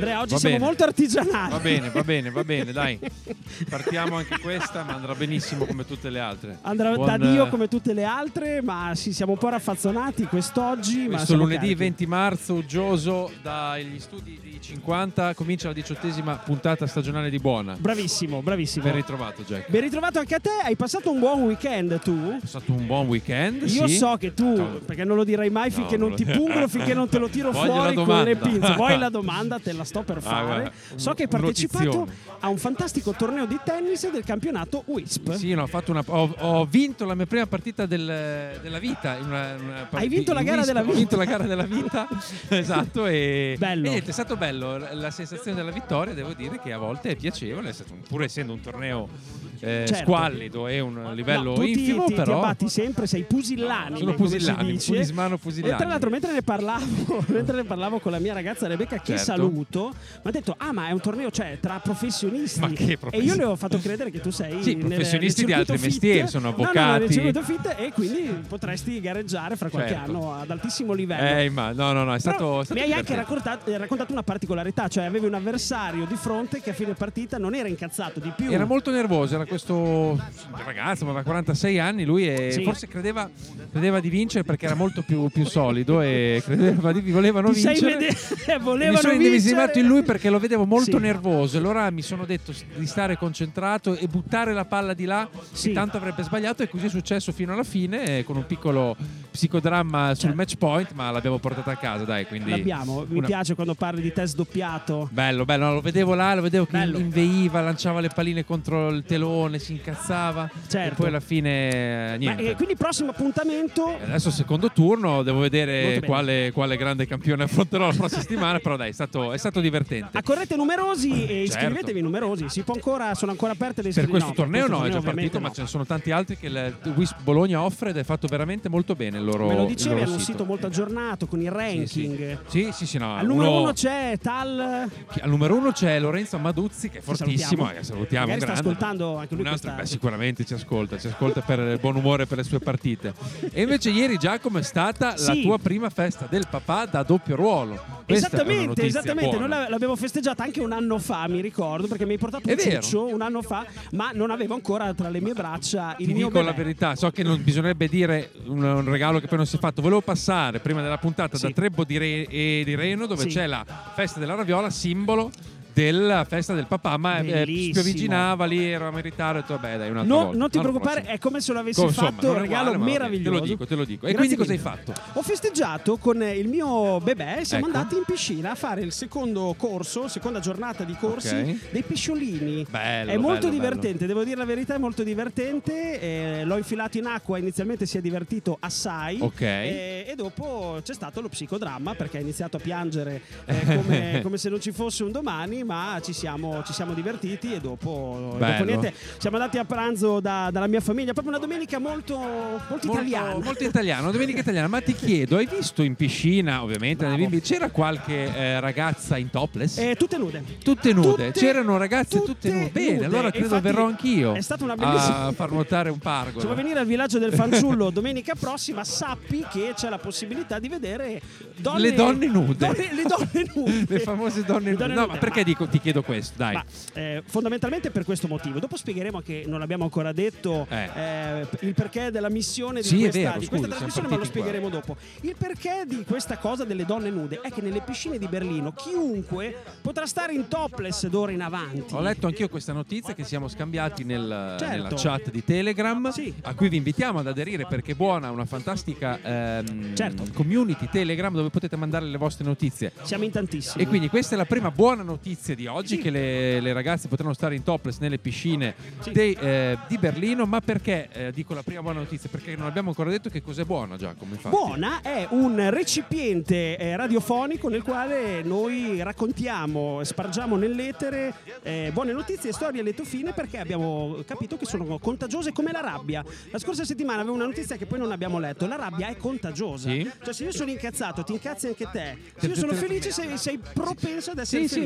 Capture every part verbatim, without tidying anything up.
Andrea, oggi va siamo bene. molto artigianali. Va bene, va bene, va bene, dai. Partiamo anche questa, ma andrà benissimo come tutte le altre. Andrà Buon, da Dio eh, come tutte le altre, ma sì, siamo un po' raffazzonati quest'oggi. ma Questo siamo lunedì carichi. venti marzo, uggioso, dagli studi di cinquanta, comincia la diciottesima puntata stagionale di Buona. Bravissimo, bravissimo. Ben ritrovato, Jack. Ben ritrovato anche a te. Hai passato un buon weekend tu? È stato un buon weekend. Io sì. so che tu, Ciao. perché non lo dirai mai No, finché non, non ti lo- pungolo, finché non te lo tiro Voglio fuori la con le domanda. pinze. Vuoi la domanda? Te la sto per fare. guarda, so che hai un- partecipato notizione. a un fantastico torneo di tennis del campionato W I S P. Sì, no, ho, fatto una, ho, ho vinto la mia prima partita del- della vita. in Una, una Hai vinto la in gara Wisp. della vita. Ho vinto la gara della vita, esatto. E, Bello. e niente, è stato bello. La sensazione della vittoria, devo dire che a volte è piacevole, è stato un- pur essendo un torneo eh, Certo. squallido e un livello No, tu ti- infimo, ti, ti però. abbatti sempre, sei pusillanime. Sono come si pusillanime, dice. pulismano E pusillanime. tra l'altro, mentre ne parlavo, mentre ne parlavo con la mia ragazza Rebecca, che Certo. saluto, mi ha detto: ah, ma è un torneo, cioè, tra professionisti. Ma che E io professionisti? le ho fatto credere che tu sei Sì, nel- professionisti nel di altri circuito fit. mestieri, sono No, no, avvocati. nel circuito fit, e quindi potresti gareggiare fra qualche Certo. anno ad altissimo livello. Eh, ma no, no, no, è stato, Però è stato mi hai anche divertente. raccontato, eh, raccontato una particolarità, cioè avevi un avversario di fronte che a fine partita non era incazzato di più. Era molto nervoso, era questo ragazzo, aveva quarantasei anni, lui e Sì. forse credeva, credeva di vincere perché era molto più, più solido e credeva di volevano Ti sei vincere. vede- E mi volevano sono indemisimato vincere. in lui perché lo vedevo molto Sì. nervoso. Allora mi sono detto di stare concentrato e buttare la palla di là, Sì. che tanto avrebbe sbagliato, e così è successo fino alla fine, eh, con un piccolo psicodramma sul Certo. match point, ma l'abbiamo portata a casa, dai, quindi L'abbiamo, mi una- piace quando parli di test doppiato. Bello, bello, no, lo vedevo là, lo vedevo che Bello. inveiva, lanciava le palline contro il telone, si incazzava, Certo. e poi alla fine eh, Ma, niente. eh, quindi prossimo appuntamento. E Adesso secondo turno, devo Molto vedere bene. quale, quale grande campione affronterò la prossima settimana, però dai, è stato, è stato divertente. Accorrete numerosi e Certo. iscrivetevi numerosi. Si può ancora, sono ancora aperte le Per iscrizioni. questo No, torneo questo no, è già ovviamente partito, ma no. ce ne sono tanti altri che il W I S P Bologna offre ed è fatto veramente molto bene il loro Me lo il dicevi, loro hanno un sito molto aggiornato con i ranking. Sì, sì, sì, sì, no, Al numero uno- uno c'è Tal. Al numero uno c'è Lorenzo Amaduzzi, che è fortissimo, salutiamo. eh, salutiamo, Magari un sta grande. ascoltando anche lui Un altro- questa- beh, sicuramente ci ascolta, ci ascolta per il buon umore per le sue partite. E invece ieri, Giacomo, è stata la Sì. tua prima festa del papà da doppio ruolo. Questa è una Esattamente, notizia esattamente. buona. Noi la- l'abbiamo festeggiata anche un anno fa, mi ricordo, perché mi hai portato un È vero. ciuccio un anno fa, ma non avevo ancora tra le mie braccia il Ti mio dico bebè. la verità, so che non bisognerebbe dire un, un regalo che poi non si è fatto. Volevo passare prima della puntata Sì. da Trebbo di Re- e di Reno, dove Sì. c'è la festa della raviola, simbolo della festa del papà, ma eh, Bellissimo. spioviginava lì, eravamo in ritardo, ho detto vabbè dai, un'altra No, volta. non ti l'anno preoccupare, prossimo. è come se lo avessi Co- insomma, fatto non un è regalo uguale, ma va bene, meraviglioso. te lo dico, te lo dico. E Grazie quindi cosa hai mille. fatto? Ho festeggiato con il mio bebè e siamo Ecco. andati in piscina a fare il secondo corso, seconda giornata di corsi Ok. dei pisciolini. Bello, è molto bello, divertente, devo dire la verità, è molto divertente. Eh, l'ho infilato in acqua, inizialmente si è divertito assai. Ok. E, e dopo c'è stato lo psicodramma perché ha iniziato a piangere eh, come, come se non ci fosse un domani, ma ci siamo, ci siamo divertiti e dopo, e Bello. dopo niente, siamo andati a pranzo da- dalla mia famiglia, proprio una domenica molto, molto, Molto, italiana. molto italiano, domenica italiana. Ma ti chiedo, hai visto in piscina, ovviamente, Bravo. nei bimbi, c'era qualche eh, ragazza in topless? Eh, tutte nude. Tutte nude, Tutte- c'erano ragazze tutte, tutte nude. Bene, nude. allora credo Infatti verrò anch'io è stata una bellissima- a far nuotare un Se vuoi pargolo. venire al villaggio del fanciullo domenica prossima, sappi che c'è la possibilità di vedere donne, Le donne nude. donne- le donne nude. Le famose donne Le nude. donne No, nude. ma perché dico, ti chiedo questo? Dai. Ma, eh, fondamentalmente per questo motivo. Dopo spiegheremo che non l'abbiamo ancora detto Eh. eh, il perché della missione di Sì, è questa, vero, di scusa, questa siamo trasmissione, ma lo partiti qua. spiegheremo dopo. Il perché di questa cosa delle donne nude è che nelle piscine di Berlino chiunque potrà stare in topless d'ora in avanti. Ho letto anch'io questa notizia che siamo scambiati nel- Certo. nella chat di Telegram, Sì. a cui vi invitiamo ad aderire perché è buona, una fantastica ehm, Certo. community Telegram dove potete mandare le vostre notizie. Siamo in tantissimi. E quindi questa è la prima buona notizia di oggi, Sì. che le, le ragazze potranno stare in topless nelle piscine Sì. dei, eh, di Berlino. Ma perché eh, dico la prima buona notizia? Perché non abbiamo ancora detto che cos'è buona, Giacomo, infatti. Buona è un recipiente eh, radiofonico nel quale noi raccontiamo, spargiamo nell'etere eh, buone notizie e storie a lieto fine, perché abbiamo capito che sono contagiose come la rabbia. La scorsa settimana avevo una notizia che poi non abbiamo letto. La rabbia è contagiosa. Sì. Cioè, se io sono incazzato, ti incazzi anche te. Se io Te- sono te- felice, sei, sei propenso ad essere Sì, sì, è felice. vero, è anche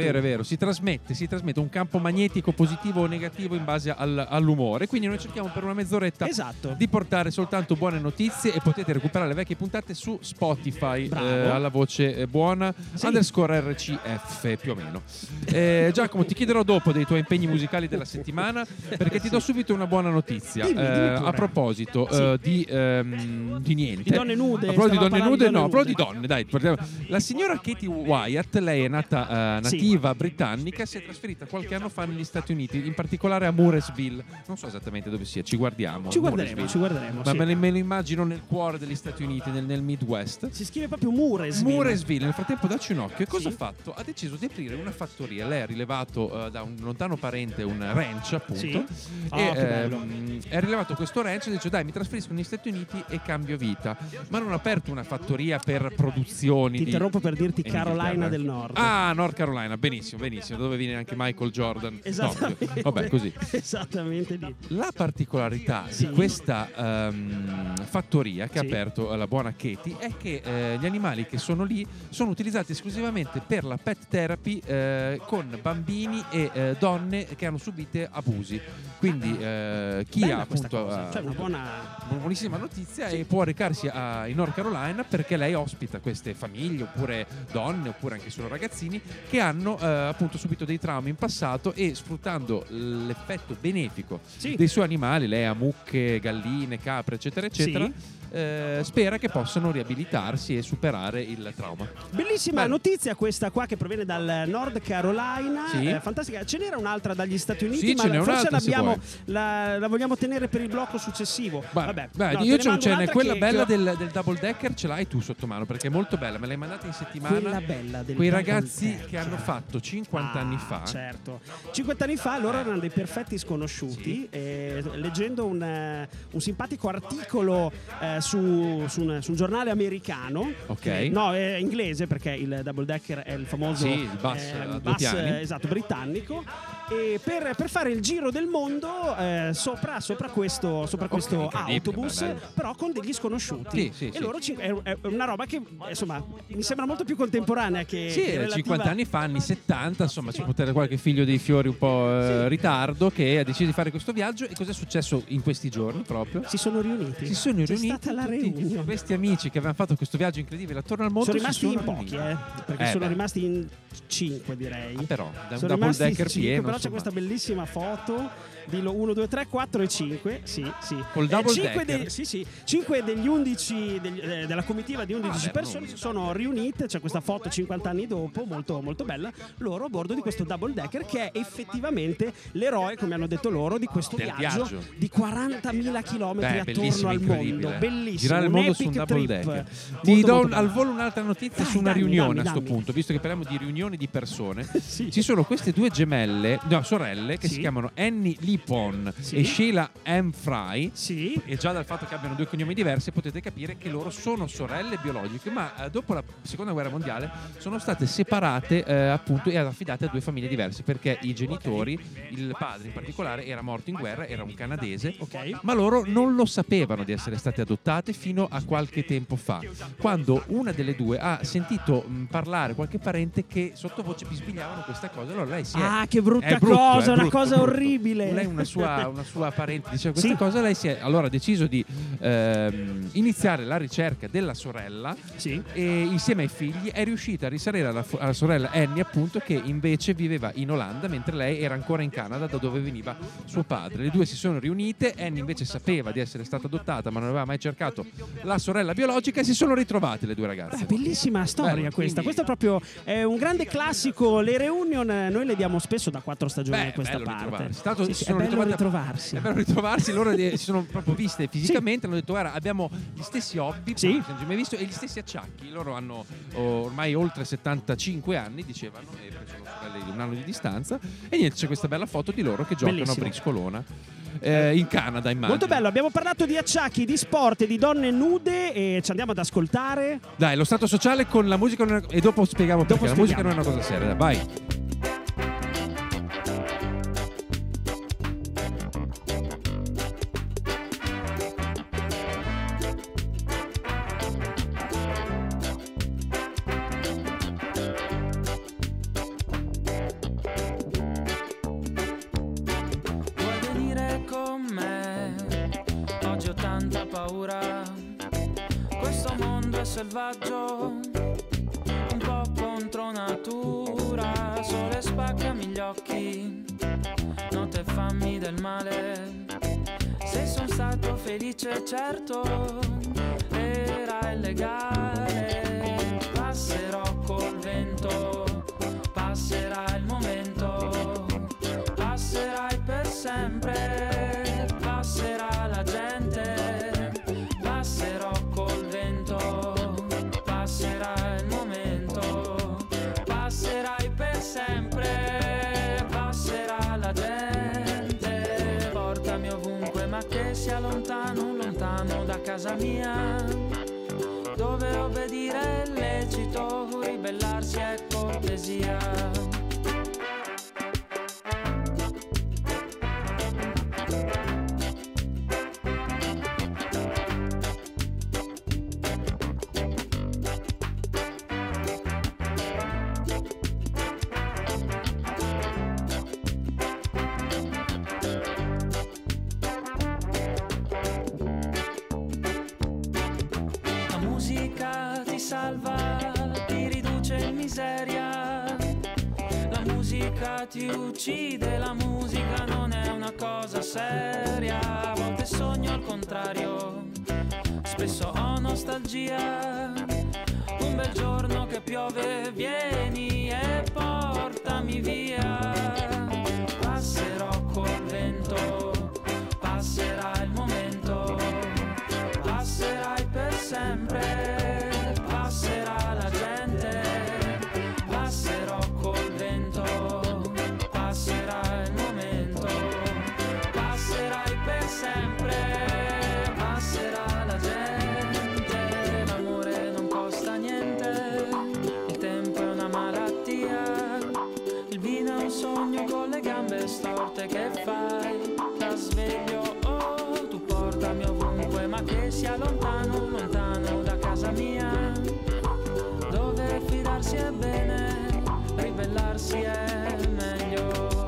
vero, è vero. Si trasmette, si trasmette un campo magnetico positivo o negativo in base al, all'umore. Quindi noi cerchiamo per una mezz'oretta esatto. di portare soltanto buone notizie e potete recuperare le vecchie puntate su Spotify eh, alla voce eh, buona sì. underscore R C F più o meno. Eh, Giacomo, ti chiederò dopo dei tuoi impegni musicali della settimana perché ti do subito una buona notizia. Dimmi, dimmi eh, a proposito sì. uh, di, um, di niente. Di donne nude. A proposito di donne nude, no, a proposito di donne, dai. La signora Katie Wyatt, lei è nata uh, nativa sì. britannica, si è trasferita qualche anno fa negli Stati Uniti, in particolare a Mooresville. Non so esattamente dove sia, ci guardiamo. Ci guarderemo, ci guarderemo. Ma sì. me, me lo immagino nel cuore degli Stati Uniti, nel, nel Midwest. Si scrive proprio Mooresville. Mooresville, nel frattempo dacci un occhio. E cosa sì. ha fatto? Ha deciso di aprire una fattoria. Lei ha rilevato uh, da un lontano parente un ranch, appunto. Sì. Oh, e ehm, è rilevato questo ranch e dice: dai, mi trasferisco negli Stati Uniti e cambio vita. Ma non ha aperto una fattoria per produzioni. Ti di... interrompo per dirti Carolina del Nord. Ah, North Carolina, benissimo, benissimo. Dove viene anche Michael Jordan. Esattamente. No, vabbè, così. Esattamente lì. La particolarità sì. di questa um, fattoria che sì. ha aperto la buona Katie è che eh, gli animali che sono lì sono utilizzati esclusivamente per la pet therapy eh, con bambini e eh, donne che hanno subito abusi. Quindi eh, chi Bella ha appunto ha cioè, una buona... una buonissima notizia sì. e può recarsi a, in North Carolina perché lei ospita queste famiglie oppure donne oppure anche solo ragazzini che hanno eh, appunto subito dei traumi in passato e sfruttando l'effetto benefico sì. dei suoi animali, lei ha mucche, galline, capre eccetera eccetera sì. Eh, spera che possano riabilitarsi e superare il trauma. Bellissima Beh. notizia questa qua che proviene dal Nord Carolina sì. eh, fantastica. Ce n'era un'altra dagli Stati Uniti sì, ma forse l'abbiamo, se la, la vogliamo tenere per il blocco successivo. Beh, Vabbè, beh, no, io ce ne cioè, quella che, bella che... del, del double decker ce l'hai tu sotto mano perché è molto bella, me l'hai mandata in settimana. Quella bella del quei ragazzi decker. che hanno fatto cinquanta ah, anni fa. Certo, cinquanta anni fa loro erano dei perfetti sconosciuti sì. e, leggendo un, un simpatico articolo eh, su, su Un, su un giornale americano okay. eh, no è inglese perché il double decker è il famoso sì, il bus, eh, bus eh, esatto britannico e per, per fare il giro del mondo eh, sopra, sopra questo, sopra questo okay, autobus beh, però con degli sconosciuti sì, sì, e sì. loro ci, è, è una roba che insomma mi sembra molto più contemporanea che, sì, che relativa... cinquanta anni fa, anni settanta insomma ci poteva qualche figlio dei fiori un po' eh, sì. ritardo che ha deciso di fare questo viaggio. E cosa è successo in questi giorni proprio? Si sono riuniti si sono C'è riuniti stata la riunione. Questi amici che avevano fatto questo viaggio incredibile attorno al mondo sono rimasti sono in pochi eh, perché eh, sono beh. rimasti in cinque direi ah, però da un sono double rimasti decker cinque, pieno però insomma. c'è questa bellissima foto di uno, due, tre, quattro e cinque sì, sì. Col double eh, cinque decker dei, sì, sì. cinque degli undici degli, eh, della comitiva di undici ah, persone si sono riunite, c'è questa foto cinquanta anni dopo molto, molto bella, loro a bordo di questo double decker che è effettivamente l'eroe, come hanno detto loro, di questo Del viaggio, viaggio di quarantamila chilometri attorno al mondo. Bellissimo, girare il un mondo su un double trip. decker. Molto, Ti do molto al volo un'altra notizia dai, su una dammi, riunione dammi, a sto dammi. punto, visto che parliamo di riunioni di persone. sì. Ci sono queste due gemelle, no, sorelle che sì. si chiamano Annie Lipon sì. e Sheila M. Fry. Sì. E già dal fatto che abbiano due cognomi diversi potete capire che loro sono sorelle biologiche, ma eh, dopo la seconda guerra mondiale sono state separate eh, appunto e affidate a due famiglie diverse perché i genitori, okay. il padre in particolare era morto in guerra, era un canadese, okay. ma loro non lo sapevano di essere state adottate fino a qualche tempo fa, quando una delle due ha sentito mh, parlare qualche parente che sottovoce bisbigliavano questa cosa. Allora lei si è, ah che brutta è brutto, cosa, è una brutto, cosa brutto. orribile. Lei una sua, una sua parente diceva questa sì. cosa, lei si è allora deciso di ehm, iniziare la ricerca della sorella sì. e insieme ai figli è riuscita a risalire alla, alla sorella Annie appunto, che invece viveva in Olanda mentre lei era ancora in Canada da dove veniva suo padre. Le due si sono riunite, Annie invece sapeva di essere stata adottata ma non aveva mai cercato la sorella biologica e si sono ritrovate le due ragazze. Beh, bellissima storia. Bello, questa quindi... questo è proprio è un grande classico. Le reunion noi le diamo spesso da quattro stagioni Beh, a questa parte. Stato, sì, sì, è bello ritrovarsi. È bello ritrovarsi. Loro si sono proprio viste fisicamente, sì. hanno detto guarda abbiamo gli stessi hobby, sì. non ci mai visto, e gli stessi acciacchi. Loro hanno oh, ormai oltre settantacinque anni, dicevano, e sono sorelle di un anno di distanza. E niente, c'è questa bella foto di loro che giocano Bellissimo. a briscolona eh, in Canada, immagino. Molto bello, abbiamo parlato di acciacchi, di sport e di donne nude e ci andiamo ad ascoltare. Dai, lo stato sociale con la musica non è... e dopo spieghiamo perché dopo la musica non è una cosa seria. Vai. selvaggio, un po' contro natura. Sole spaccami gli occhi, notte fammi del male. Se son stato felice certo era illegale. Passerò col vento, passerà il momento, passerai per sempre, passerà la gente, passerò col vento, passerà il momento, passerai per sempre, passerà la gente. Portami ovunque ma che sia lontano, lontano da casa mia, dove obbedire è lecito, ribellarsi è cortesia. Salva, ti riduce in miseria, la musica ti uccide, la musica non è una cosa seria. A volte sogno al contrario, spesso ho nostalgia, un bel giorno che piove vieni e portami via. Passerò col vento, passerà il momento, passerai per sempre, passerà la gente, passerò col vento, passerà il momento, passerai per sempre, passerà la gente. L'amore non costa niente, il tempo è una malattia, il vino è un sogno con le gambe storte che fai da sveglio. Oh, tu portami ovunque ma che sia lontano, lontano da casa mia, dove fidarsi è bene, ribellarsi è meglio.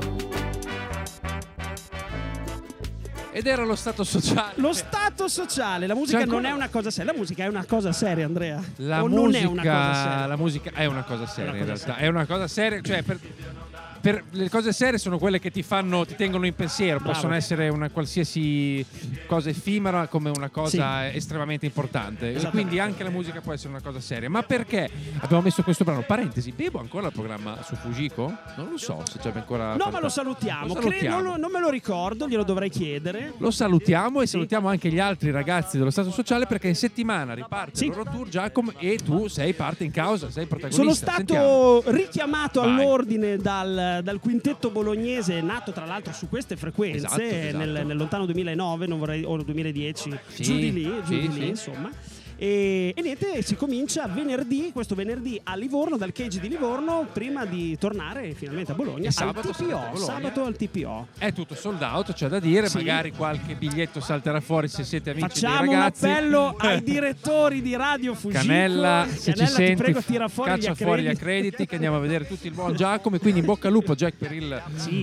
Ed era lo stato sociale. Lo stato sociale, la musica ancora... non è una cosa seria, la musica è una cosa seria, Andrea. La o musica, non è una cosa seria? La musica è una cosa seria, una in cosa realtà. seria. È una cosa seria, cioè per, per le cose serie sono quelle che ti fanno, ti tengono in pensiero. Bravo. Possono essere una qualsiasi cosa effimera come una cosa sì. estremamente importante. E quindi anche la musica può essere una cosa seria. Ma perché abbiamo messo questo brano? Parentesi, bevo ancora il programma su Fujiko? Non lo so se c'è ancora. No, ma lo salutiamo. Lo salutiamo. Cre- non, non me lo ricordo, glielo dovrei chiedere. Lo salutiamo e sì. salutiamo anche gli altri ragazzi dello Stato Sociale, perché in settimana riparte sì. il loro tour, Giacomo, e tu sei parte in causa, sei protagonista. Sono stato Sentiamo. richiamato Vai. all'ordine dal, dal quintetto bolognese, nato tra l'altro su queste frequenze, esatto, esatto. Nel, nel lontano duemilanove, non vorrei, o duemiladieci, sì, giù di lì, giù sì, di sì. lì insomma. E, e niente, si comincia venerdì, questo venerdì a Livorno, dal Cage di Livorno, prima di tornare finalmente a Bologna. E sabato al T P sarete a O, Bologna. sabato al T P O. È tutto sold out, c'è da dire, Sì. magari qualche biglietto salterà fuori se siete amici Facciamo dei un ragazzi. appello ai direttori di Radio Fujiko. Canella, se Canella, ci senti, ti prego, tira fuori caccia gli fuori gli accrediti. accrediti che andiamo a vedere tutti il buon Giacomo. E quindi in bocca al lupo, Jack, per il, Sì, eh,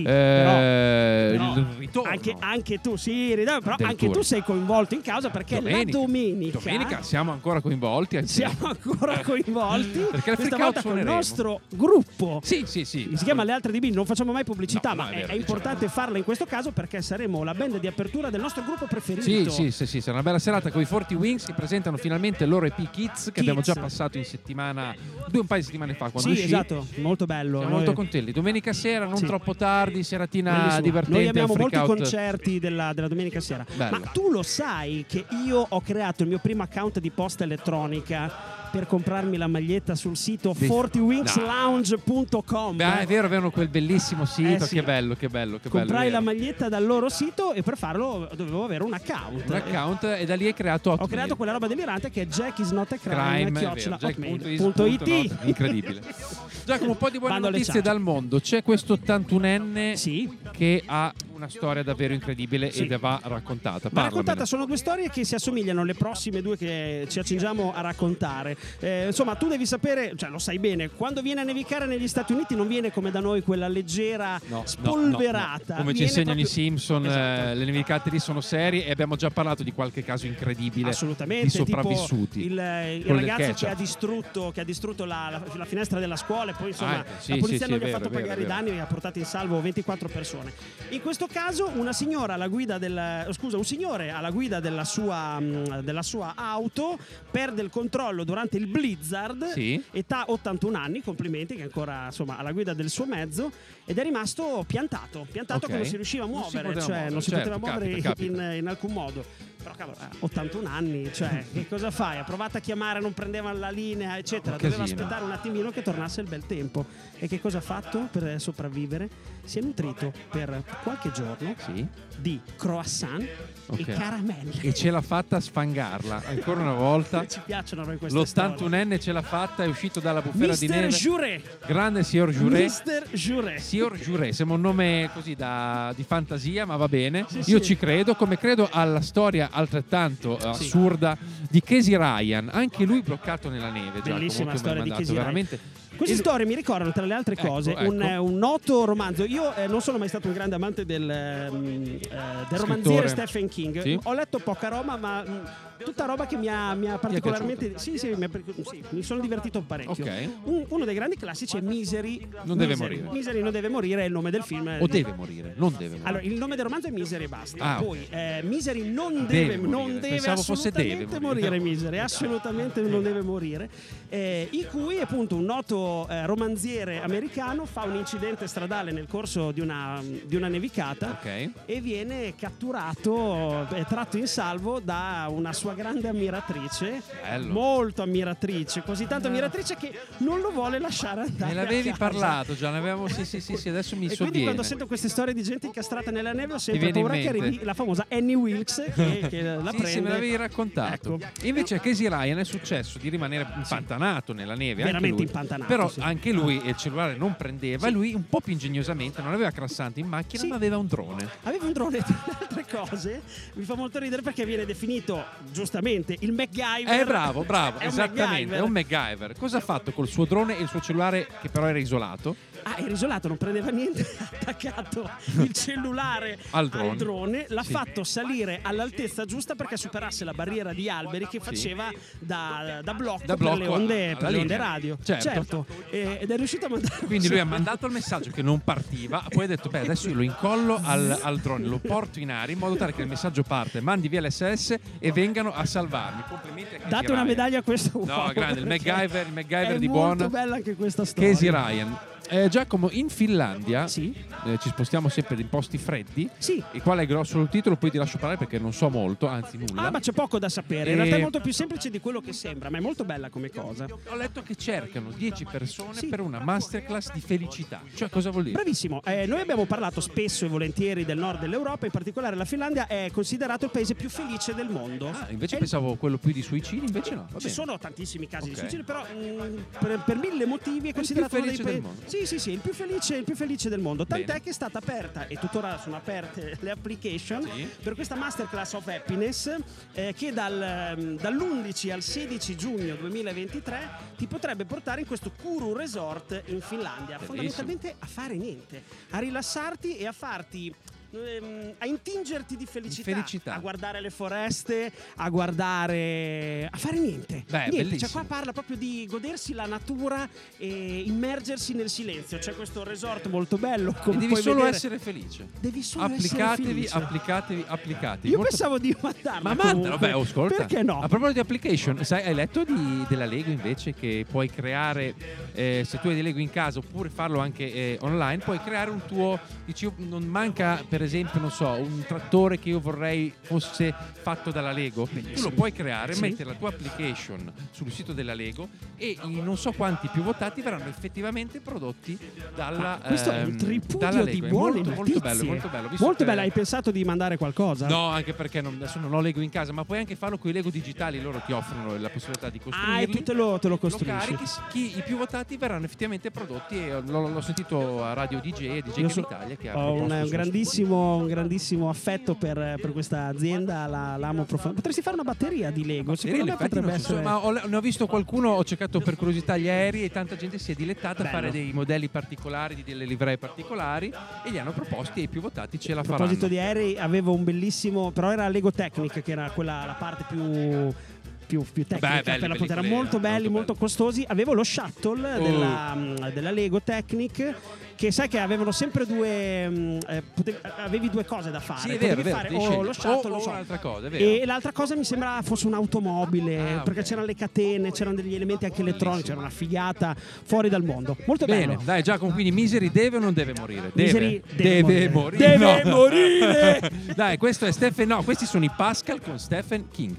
però, il però ritorno. Anche, anche tu, sì, però del anche tour. tu sei coinvolto in causa perché Domenica. la domenica, Domenica siamo ancora coinvolti. Anzi, siamo ancora coinvolti. Perché al questa Freak Out volta con il suoneremo. nostro gruppo. Sì, sì, sì. Si chiama Le Altre di B, non facciamo mai pubblicità, No, no, ma è è, vero, è importante farla in questo caso perché saremo la band di apertura del nostro gruppo preferito. Sì, sì, sì, sì, sarà una bella serata con i forty Wings che presentano finalmente il loro E P Kids che Kids. abbiamo già passato in settimana, due un paio di settimane fa quando Sì, uscì. esatto, molto bello. Siamo Noi- molto contenti. Domenica sera, non Sì. troppo tardi, seratina Bellissimo. divertente. Noi abbiamo al Freak molti Out. concerti della, della domenica sera. Bello. Ma tu lo sai che io ho creato il mio primo account di posta elettronica per comprarmi la maglietta sul sito Dei- forty wings lounge punto com. Beh, è vero, avevano quel bellissimo sito. Eh, sì. Che bello, che bello, che bello. Comprai è la vero. maglietta dal loro sito e per farlo dovevo avere un account. Un account e da lì hai creato Ho Hotmail. creato quella roba delirante che è Jack is not a crime, Crime, è chiocciola vero, hotmail Jack punto punto is it. punto not. Incredibile. Giacomo, un po' di buone Bando alle notizie ciance. dal mondo. C'è questo ottantunenne Sì. che ha Una storia davvero incredibile Sì. ed va raccontata. Ma raccontata, Parlamene. sono due storie che si assomigliano, le prossime due che ci accingiamo a raccontare. Eh, insomma, tu devi sapere, cioè lo sai bene, quando viene a nevicare negli Stati Uniti non viene come da noi quella leggera No, no, spolverata. no, no. Come ci Viene insegnano proprio- i Simpson, Esatto. eh, le nevicate lì sono serie e abbiamo già parlato di qualche caso incredibile Assolutamente, di sopravvissuti. tipo il, il Quello del ragazzo che ketchup. ha distrutto, che ha distrutto la, la- la finestra della scuola e poi insomma Ah, sì, la sì, polizia sì, non è gli ha vero, fatto è vero, pagare è i vero. danni e ha portato in salvo ventiquattro persone. In questo caso una signora alla guida del oh, scusa, un signore alla guida della sua, mh, della sua auto perde il controllo durante il blizzard, Sì. età ottantuno anni, complimenti, che è ancora insomma alla guida del suo mezzo, ed è rimasto piantato, piantato Ok. che non si riusciva a Non si muovere, poteva cioè muovere, non si certo, poteva muovere capita, capita. In, in alcun modo. Però cavolo, eh, ottantuno anni, cioè che cosa fai? Ha provato a chiamare, non prendeva la linea, eccetera. Un Doveva casino. aspettare un attimino che tornasse il bel tempo. E che cosa ha fatto per sopravvivere? Si è nutrito per qualche giorno Sì. di croissant Ok. e caramelle. E ce l'ha fatta a sfangarla ancora una volta. Ci piacciono a noi queste storie. L'ottantunenne ce l'ha fatta, è uscito dalla bufera di Mister neve. Juret. Grande signor Juret. Mister Juret. Signor Juret, sembra un nome così da, di fantasia, ma va bene. Sì, Io sì. ci credo, come credo alla storia altrettanto eh, Sì. assurda di Casey Ryan, anche lui bloccato nella neve. Giacomo, Bellissima tu mi hai storia di mandato Casey Ryan. veramente. Queste E- storie mi ricordano, tra le altre Ecco, cose, ecco. Un, eh, un noto romanzo. Io eh, non sono mai stato un grande amante del, ehm, eh, del romanziere Stephen King. Sì. Ho letto poca roba, ma mh, tutta roba che mi ha, mi ha particolarmente. Sì, sì, mi, ha- sì, mi sono divertito parecchio. Ok. Un- uno dei grandi classici è Misery. Non deve Misery. morire. Misery non deve morire, è il nome del film. O deve morire, non deve morire. Allora, il nome del romanzo è Misery e basta. Ah, Poi eh, Misery non Deve deve, morire. non deve Pensavo fosse assolutamente deve morire. morire. Misery, assolutamente non deve morire. Eh, in cui appunto un noto eh, romanziere americano fa un incidente stradale nel corso di una, di una nevicata Ok. e viene catturato e tratto in salvo da una sua grande ammiratrice, Bello. molto ammiratrice, così tanto ammiratrice che non lo vuole lasciare andare. Me a l'avevi casa. parlato già, ne avevamo. Sì, sì, sì, sì, adesso mi E quindi sovviene. quando sento queste storie di gente incastrata nella neve ho sempre Ti viene in paura che mente? arrivi la famosa Annie Wilkes che, che la sì, prende. sì, me l'avevi raccontato. Ecco. E invece a Casey Ryan è successo di rimanere impantanato nella neve. anche Veramente lui. impantanato, Però sì. anche lui il cellulare non prendeva. Sì. Lui un po' più ingegnosamente non aveva Crassante in macchina, Sì. ma aveva un drone. Aveva un drone, tra le altre cose. Mi fa molto ridere perché viene definito giustamente il MacGyver. Eh, bravo, bravo, È un esattamente. MacGyver. È un MacGyver. Cosa ha fatto col suo drone e il suo cellulare, che però era isolato? Ah, era isolato, non prendeva niente, ha attaccato il cellulare Al drone. l'ha Sì. fatto salire all'altezza giusta perché superasse la barriera di alberi che faceva da, da blocco, Da per le blocco onde, alla per le onde linea. radio. Certo. E- ed è riuscito a mandare. Quindi lui ha mandato il messaggio che non partiva, poi ha detto: beh, adesso io lo incollo al, al drone, lo porto in aria in modo tale che il messaggio parte, mandi via l'esse esse e vengano a salvarmi. Complimenti a Casey Date una Ryan. medaglia a questo uomo. No, grande, il perché MacGyver, il MacGyver è di molto buono. bella anche questa storia. Casey Ryan. Eh, Giacomo, in Finlandia Sì. eh, ci spostiamo sempre in posti freddi. Sì. E qual è grosso il titolo? Poi ti lascio parlare perché non so molto, anzi nulla. Ah, ma c'è poco da sapere. In E- realtà è molto più semplice di quello che sembra, ma è molto bella come cosa. Ho letto che cercano dieci persone Sì. per una masterclass di felicità. Cioè, cosa vuol dire? Bravissimo, eh, noi abbiamo parlato spesso e volentieri del nord dell'Europa, in particolare la Finlandia è considerato il paese più felice del mondo. Ah, invece È- pensavo quello più di suicidi, invece no. Va Ci bene. sono tantissimi casi Ok. di suicidio, però mh, per, per mille motivi è considerato più uno dei felice del paesi. mondo. Sì, sì, sì, il più felice, il più felice del mondo. Tant'è Bene. che è stata aperta e tuttora sono aperte le application Sì. per questa masterclass of happiness eh, che dal, ehm, dall'undici al sedici giugno duemilaventitré ti potrebbe portare in questo Kuru Resort in Finlandia, Bellissimo. fondamentalmente a fare niente, a rilassarti e a farti ehm, a intingerti di felicità, Di felicità. a guardare le foreste, a guardare, a fare niente. Beh, niente. Cioè bellissimo. qua parla proprio di godersi la natura e immergersi nel silenzio. C'è questo resort molto bello. E Come devi puoi solo vedere. essere felice. Devi solo applicatevi, essere felice. applicatevi, applicatevi. Io Molto- pensavo di mandarla. Ma manda, comunque. vabbè, oh, ascolta. Perché no? A proposito di application, sai, hai letto di- della Lego invece che puoi creare, eh, se tu hai dei Lego in casa oppure farlo anche eh, online, puoi creare un tuo, dici, io- non manca per esempio, non so, un trattore che io vorrei fosse fatto dalla Lego. Tu lo puoi creare, Sì. mettere la tua application sul sito della Lego e i non so quanti più votati verranno effettivamente prodotti dalla Questo è un ehm, tripudio dalla di Lego. È buone molto, molto bello, notizie. molto bello. Ho visto Molto che- bello. Hai pensato di mandare qualcosa? No, anche perché non, adesso non ho Lego in casa, ma puoi anche farlo con i Lego digitali, loro ti offrono la possibilità di costruirli. Ah, e tu te lo, te lo lo costruisci. carichi, chi, i più votati verranno effettivamente prodotti e l'ho, l'ho sentito a Radio D J e D J Io Game so- Italia che ha ho un, proposto un il suo grandissimo grandissimo, un grandissimo affetto per, per questa azienda, la, l'amo profondamente. Potresti fare una batteria di Lego, secondo me potrebbe essere. Ma ho, ne ho visto qualcuno, ho cercato per curiosità gli aerei e tanta gente si è dilettata Bello. a fare dei modelli particolari, di delle livree particolari e li hanno proposti e i più votati ce la A faranno. proposito di aerei, avevo un bellissimo, però era Lego Technic, che era quella la parte più più, più tecnica. Beh, belli, per la belli, erano quelli molto belli, molto molto belli. costosi. Avevo lo shuttle Oh. della, della Lego Technic, che sai che avevano sempre due mh, eh, potevi- avevi due cose da fare. Sì, è vero, Potevi è vero, fare devi o scegliere. lo shuttle o, lo o so. un'altra cosa, è vero. E l'altra cosa mi sembra fosse un'automobile, Ah, perché ok. c'erano le catene, c'erano degli elementi anche elettronici, era una figata fuori dal mondo. Molto Bene, bello. dai Giacomo, quindi Misery deve o non deve morire? Deve, Misery deve morire. morire. Deve No. morire! Dai, questo è Stephen, no, questi sono i Pascal con Stephen King.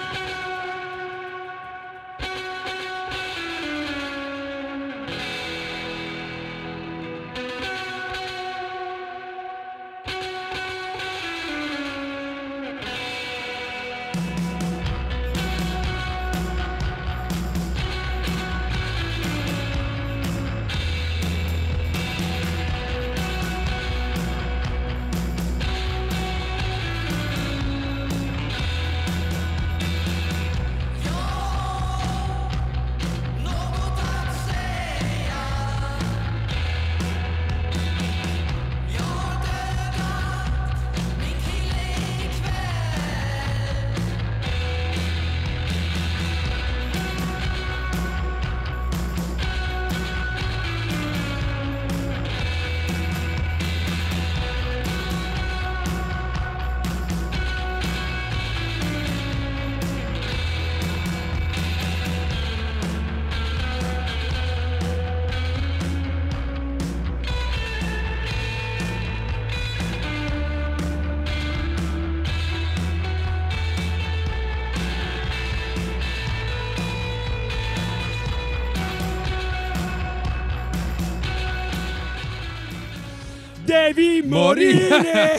Devi morire!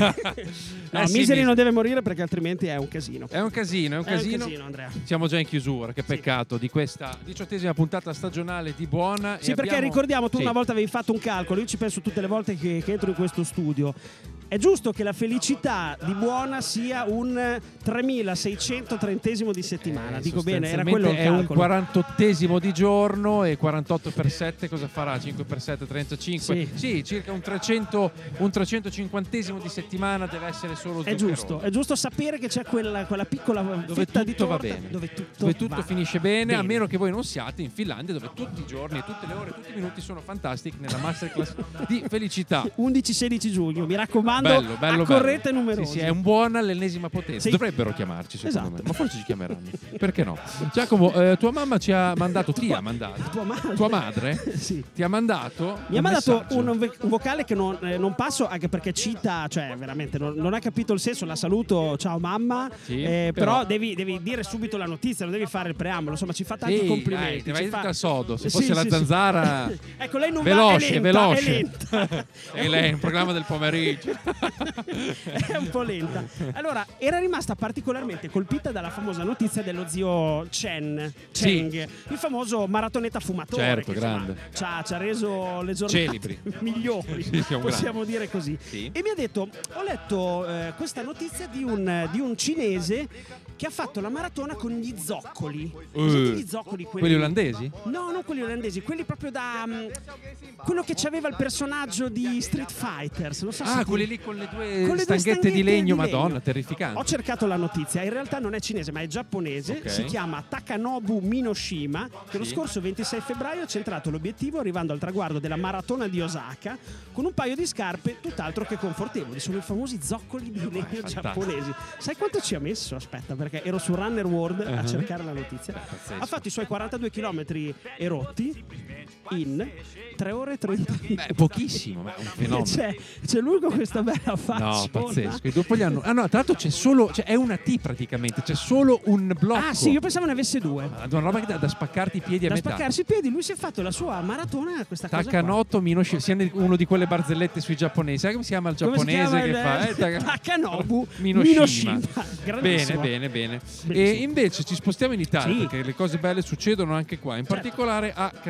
No, Eh sì, Misery Mis- non deve morire perché altrimenti è un casino. È un casino, è un È un casino. casino, Andrea. Siamo già in chiusura, che peccato di questa diciottesima puntata stagionale di Buona. Sì, e perché abbiamo- ricordiamo, tu Sì. una volta avevi fatto un calcolo, io ci penso tutte le volte che, che entro in questo studio. È giusto che la felicità di Buona sia un tremilaseicentotrentesimo di settimana. Eh, Dico bene, era quello il è un calcolo. quarantottesimo di giorno e quarantotto per sette cosa farà? cinque per sette, trentacinque. Sì. Circa un trecento, un trecentocinquantesimo di settimana deve essere solo È zuccherone. giusto, è giusto sapere che c'è quella, quella piccola Dove fetta tutto di torta va bene, dove tutto, dove tutto va finisce bene, a meno che voi non siate in Finlandia, dove tutti i giorni, e tutte le ore, tutti i minuti sono fantastici nella masterclass di felicità. undici sedici giugno, mi raccomando, Bello, bello, accorrete bello. numerosi. Sì, sì, è un buon all'ennesima potenza. Sì. Dovrebbero chiamarci, secondo Esatto. me. Ma forse ci chiameranno. Perché no? Giacomo, eh, tua mamma ci ha mandato, ti ha mandato. Tua madre, Tua madre sì. ti ha mandato Mi ha un mandato messaggio. un, un vocale che non, eh, non passo, anche perché cita, cioè veramente non, non ha capito il senso. La saluto, ciao mamma, Sì, eh, però, però- devi, devi dire subito la notizia, non devi fare il preambolo. Insomma, ci fa tanti Sì, complimenti. dai, ti ci vai fa- tutta a sodo. Se Sì, fosse la sì, zanzara, sì. Ecco, lei non veloce, va, è lenta, veloce. è lenta. E lei è un programma del pomeriggio. È un po' lenta. Allora, era rimasta particolarmente colpita dalla famosa notizia dello zio Chen Cheng, il famoso maratoneta fumatore. Certo, che, insomma, grande. Ci ha, ci ha reso le giornate Celebri. migliori, Sì, sì, è un possiamo dire così. Sì. E mi ha detto: ho letto eh, questa notizia di un, di un cinese che ha fatto la maratona con gli zoccoli. Cos'è gli zoccoli? Quelli, Quelli olandesi? No, non quelli olandesi, quelli proprio da um, quello che c'aveva il personaggio di Street Fighters. Non so se Ah, ti- quelli lì con le due, con le due stanghette di legno, di madonna, legno. terrificante. Ho cercato la notizia, in realtà non è cinese ma è giapponese, Ok. si chiama Takanobu Minoshima, che lo Sì. scorso ventisei febbraio ha centrato l'obiettivo arrivando al traguardo della maratona di Osaka con un paio di scarpe tutt'altro che confortevoli, sono i famosi zoccoli di legno fantastico. giapponesi. Sai quanto ci ha messo? Aspetta, perché ero su Runner World a Uh-huh. cercare la notizia. Pazzesco. Ha fatto i suoi quarantadue chilometri erotti in tre ore e trenta minuti. Beh, pochissimo, ma è un fenomeno. C'è, c'è lui con questa bella faccia. No, pazzesco. E dopo gli hanno. Ah, no, tra l'altro c'è solo. Cioè, è una T praticamente, c'è solo un blocco. Ah sì, io pensavo ne avesse due. Ma una roba che da, da spaccarti i piedi a Da metà. spaccarsi i piedi, lui si è fatto la sua maratona a questa cosa qua. Takanoto Minoshi, sia uno di quelle barzellette sui giapponesi. Sai come si chiama il Come si giapponese chiama che il- fa? Eh, Taka- Takanobu Minoshima. Minoshima. Bene, Grandissimo. bene, bene. E Bellissimo. invece ci spostiamo in Italia Sì. perché le cose belle succedono anche qua, in Certo. particolare a Catania.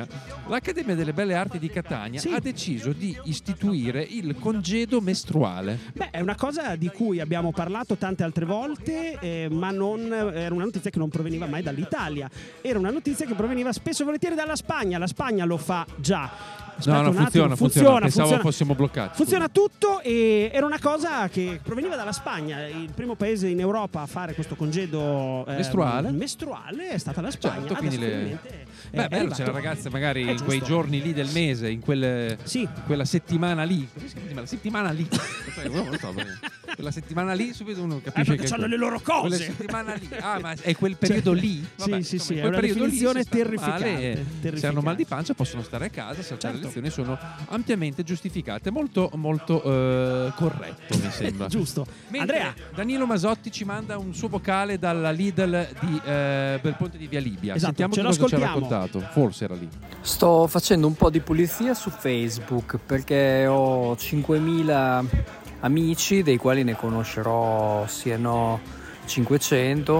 Catania. L'Accademia delle Belle Arti di Catania Sì. ha deciso di istituire il congedo mestruale. Beh, è una cosa di cui abbiamo parlato tante altre volte, eh, ma non era una notizia che non proveniva mai dall'Italia. Era una notizia che proveniva spesso e volentieri dalla Spagna. La Spagna lo fa già. Aspetta no, no, un funziona, attimo. funziona, funziona, Pensavo funziona. fossimo bloccati. Funziona tutto e era una cosa che proveniva dalla Spagna. Il primo paese in Europa a fare questo congedo eh, Mestruale? mestruale è stata la Spagna. Certo, quindi Adesso le- finalmente è Beh, bello, arrivato. c'è la ragazza magari È in quei giusto. giorni lì del mese, in quelle, Sì. quella settimana lì. Come si chiama? La settimana lì. Cioè, non lo so, quella settimana lì subito uno Eh, capisce perché che hanno que- le loro quella cose. settimana lì. Ah, ma è quel periodo Cioè, lì? Vabbè, sì, sì, insomma, sì, in è quel una periodo lì definizione si sta male terrificante, e Se terrificante. hanno mal di pancia possono stare a casa, saltare Certo. le lezioni, sono ampiamente giustificate. Molto, molto eh, corretto, mi sembra. Giusto. Mentre Andrea, Danilo Masotti ci manda un suo vocale dalla Lidl di eh, Belponte di Via Libia. Esatto, Sentiamo ce che lo cosa ci ha ascoltiamo. raccontato. Forse era lì. Sto facendo un po' di pulizia su Facebook perché ho cinquemila amici, dei quali ne conoscerò sì e no cinquecento,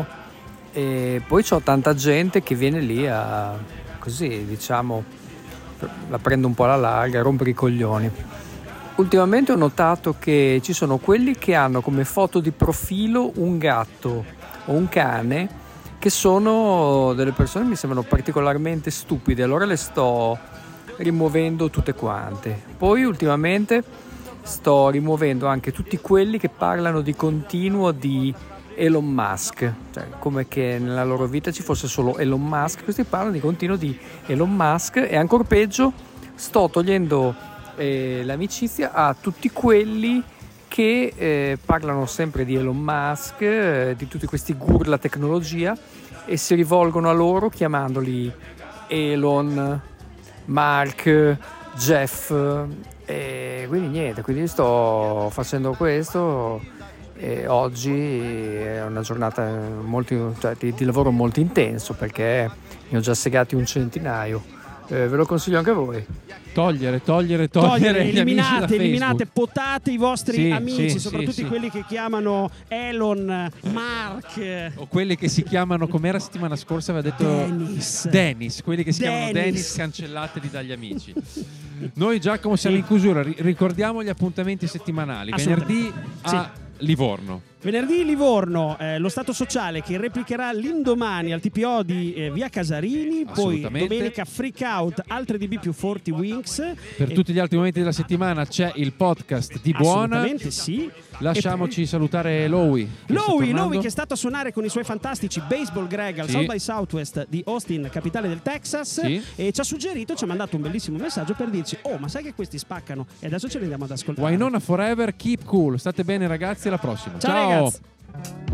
e poi c'ho tanta gente che viene lì a, così diciamo, la prendo un po' alla larga, a rompere i coglioni. Ultimamente ho notato che ci sono quelli che hanno come foto di profilo un gatto o un cane, che sono delle persone che mi sembrano particolarmente stupide, allora le sto rimuovendo tutte quante. Poi ultimamente sto rimuovendo anche tutti quelli che parlano di continuo di Elon Musk, cioè come che nella loro vita ci fosse solo Elon Musk. Questi parlano di continuo di Elon Musk, e ancora peggio sto togliendo eh, l'amicizia a tutti quelli che eh, parlano sempre di Elon Musk, eh, di tutti questi guru della tecnologia, e si rivolgono a loro chiamandoli Elon, Mark, Jeff, e quindi niente, quindi sto facendo questo, e oggi è una giornata molto, cioè, di, di lavoro molto intenso, perché ne ho già segati un centinaio. Eh, ve lo consiglio anche a voi. Togliere, togliere, togliere, togliere, gli amici da eliminate, Facebook. eliminate, potate i vostri Sì, amici, sì, soprattutto sì, sì. quelli che chiamano Elon, Mark, O quelli che si chiamano, com'era settimana scorsa, aveva detto Dennis. Dennis, quelli che si chiamano Dennis. Dennis, cancellateli dagli amici. Noi Giacomo siamo in chiusura, ri- ricordiamo gli appuntamenti settimanali. Venerdì a Livorno. Venerdì Livorno, eh, lo Stato Sociale che replicherà l'indomani al T P O di eh, Via Casarini, poi Assolutamente. domenica Freak Out, altre D B più Forti Wings. Per E- tutti gli altri momenti della settimana c'è il podcast di Buona. Assolutamente sì. Lasciamoci salutare Lowy. che sta Lowy, tornando. Lowy che è stato a suonare con i suoi fantastici Baseball Greg al Sì. South by Southwest di Austin, capitale del Texas, Sì. e ci ha suggerito, ci ha mandato un bellissimo messaggio per dirci: oh, ma sai che questi spaccano? E adesso ce li andiamo ad ascoltare. Wynonna Forever, keep cool. State bene ragazzi, alla prossima. Ciao, ragazzi.